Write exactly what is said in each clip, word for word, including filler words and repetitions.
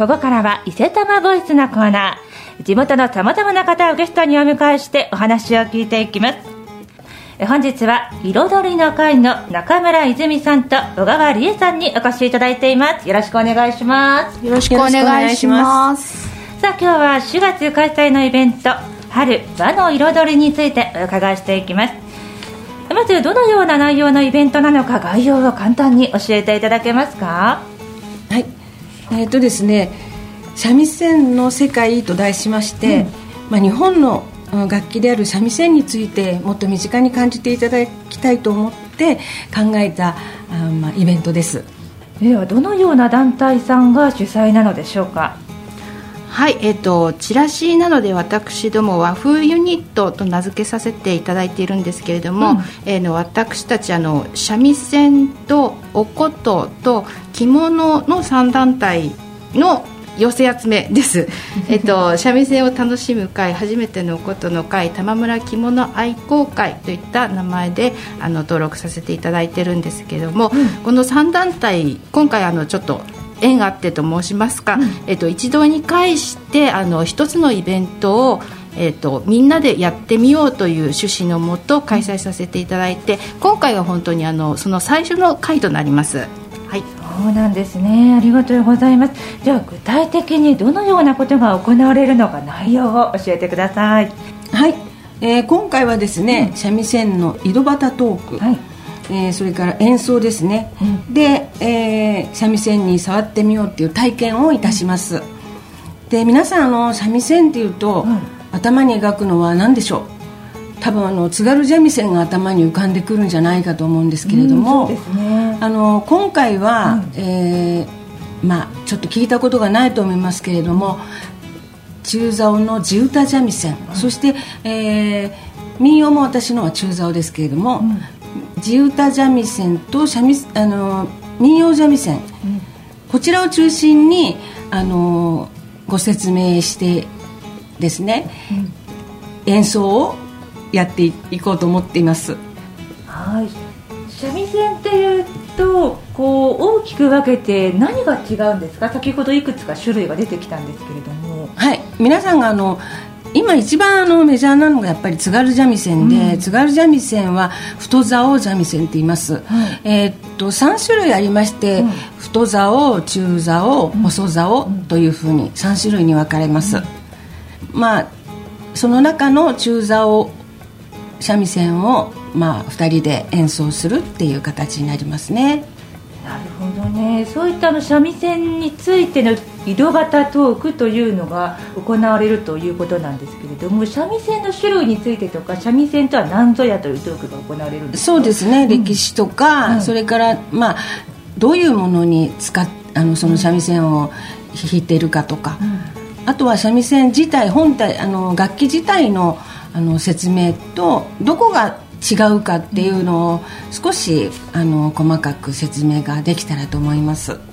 ここからは伊勢玉ボイスのコーナー。地元のさまざまな方をゲストにお迎えしてお話を聞いていきます。本日は彩りの会の中村泉さんと小川理恵さんにお越しいただいています。よろしくお願いします。 よろしくお願いします。 さあ、今日はしがつ開催のイベント春和の彩りについてお伺いしていきます。まずどのような内容のイベントなのか概要を簡単に教えていただけますか？ はい、えーとですね、三味線の世界と題しまして、うん、まあ、日本の楽器である三味線についてもっと身近に感じていただきたいと思って考えたあ、まあ、イベントです。 ではどのような団体さんが主催なのでしょうか？ はい、えーと、チラシなどで私ども和風ユニットと名付けさせていただいているんですけれども、うん、えー、の私たちあの三味線とお琴と着物のさん団体の寄せ集めです。えっと、三味線を楽しむ会、初めてのお琴の会、玉村着物愛好会といった名前であの登録させていただいてるんですけれども、うん、このさん団体今回あのちょっと縁があってと申しますか、うん、えっと、一堂に会してあの一つのイベントを、えっと、みんなでやってみようという趣旨のもと開催させていただいて、今回は本当にあのその最初の会となります。はい、 そうなんですね。ありがとうございます。じゃあ具体的にどのようなことが行われるのか内容を教えてください。 はい、えー、今回はですね、うん、三味線の井戸端トーク、はい、えー、それから演奏ですね、うん、で、えー、三味線に触ってみようっていう体験をいたします、うん、で皆さんあの三味線っていうと、うん、頭に描くのは何でしょう？多分あの津軽三味線が頭に浮かんでくるんじゃないかと思うんですけれども、うん、そうですね、あの今回は、うん、えーまあ、ちょっと聞いたことがないと思いますけれども、中棹の地唄三味線、うん、そして、えー、民謡も私のは中棹ですけれども、うん、地唄三味線と三味あの民謡三味線、うん、こちらを中心にあのご説明してですね、うん、演奏をやっていこうと思っています。 はい、三味線っていうとこう大きく分けて何が違うんですか？先ほどいくつか種類が出てきたんですけれども。 はい、皆さんがあの今一番あのメジャーなのがやっぱり津軽三味線で、うん、津軽三味線は太棹三味線って言います、はい、えー、っとさん種類ありまして、うん、太棹、中棹、細棹というふうにさん種類に分かれます、うん、まあその中の中棹三味線を、まあ、ふたりで演奏するっていう形になりますね。 なるほどね。そういったの三味線についての井戸端トークというのが行われるということなんですけれども、三味線の種類についてとか三味線とは何ぞやというトークが行われるんですか？ そうですね、うん、歴史とか、はい、それから、まあ、どういうものに使っあのその三味線を弾いているかとか、うん、あとは三味線自体本体あの楽器自体のあの説明とどこが違うかっていうのを少しあの細かく説明ができたらと思います。 はい、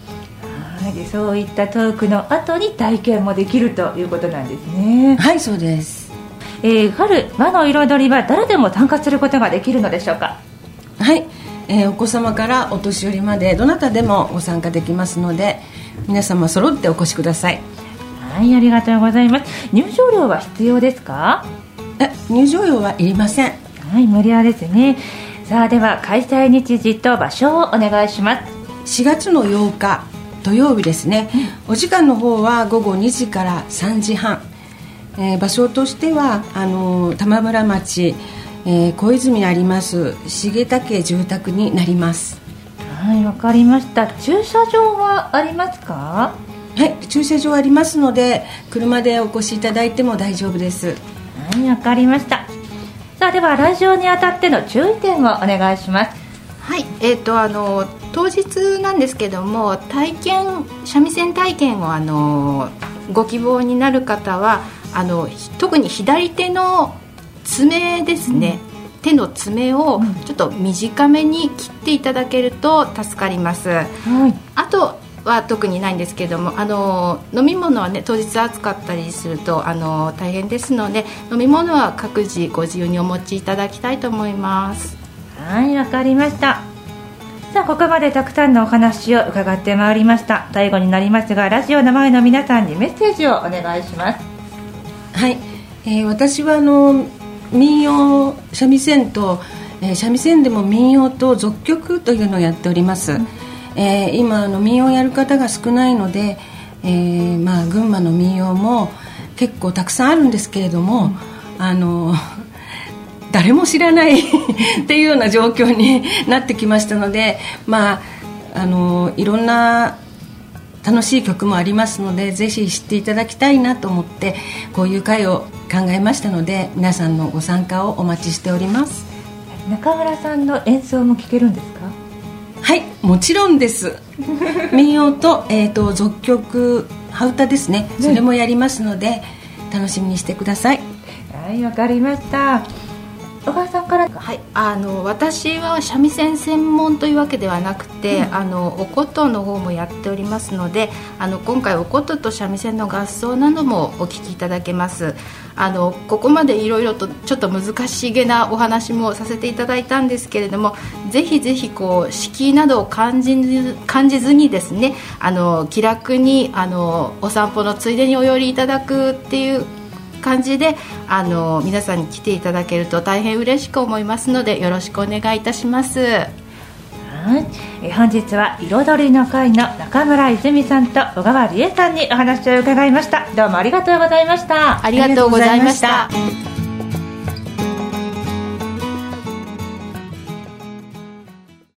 でそういったトークの後に体験もできるということなんですね。 はい、そうです。 えー、春和の彩りは誰でも参加することができるのでしょうか？ はい、えー、お子様からお年寄りまでどなたでもご参加できますので、皆様揃ってお越しください。 はい、ありがとうございます。入場料は必要ですか？ え入場料はいりません。 はい、無料ですね。さあ、では開催日時と場所をお願いします。 しがつのようか土曜日ですね、うん、お時間の方はごごにじからさんじはん、えー、場所としてはあの玉村町、えー、小泉にあります重田家住宅になります。 はい、わかりました。駐車場はありますか？ はい、駐車場ありますので車でお越しいただいても大丈夫です。 はい、わかりました。さあ、では来場にあたっての注意点をお願いします。 はい、えー、とあの当日なんですけども、体験三味線体験をあのご希望になる方はあの特に左手の爪ですね、うん、手の爪をちょっと短めに切っていただけると助かります、はい、あとは特にないんですけども、あの飲み物はね当日暑かったりするとあの大変ですので、飲み物は各自ご自由にお持ちいただきたいと思います。 はい、わかりました。 さあここまでたくさんのお話を伺ってまいりました。最後になりますが、ラジオの前の皆さんにメッセージをお願いします。 はい、えー、私はあの民謡三味線と、えー、三味線でも民謡と俗曲というのをやっております、うん、えー、今あの民謡をやる方が少ないので、えーまあ、群馬の民謡も結構たくさんあるんですけれども、うん、あの誰も知らないっていうような状況になってきましたので、まあ、あのいろんな楽しい曲もありますので、ぜひ知っていただきたいなと思ってこういう会を考えましたので、皆さんのご参加をお待ちしております。 中村さんの演奏も聴けるんですか？ はい、もちろんです民謡と、えー、と俗曲羽歌ですね、それもやりますので、楽しみにしてください。 はい、わかりました。小川さんから。 はい、あの私は三味線専門というわけではなくて、うん、あのお琴の方もやっておりますので、あの今回お琴と三味線の合奏などもお聞きいただけます。あのここまでいろいろとちょっと難しげなお話もさせていただいたんですけれども、ぜひぜひこう敷居などを感じず、感じずにですね、あの気楽にあのお散歩のついでにお寄りいただくっていう感じで、あの皆さんに来ていただけると大変嬉しく思いますので、よろしくお願いいたします。 はい、え本日は彩りの会の中村泉さんと小川理恵さんにお話を伺いました。どうもありがとうございました。 ありがとうございました。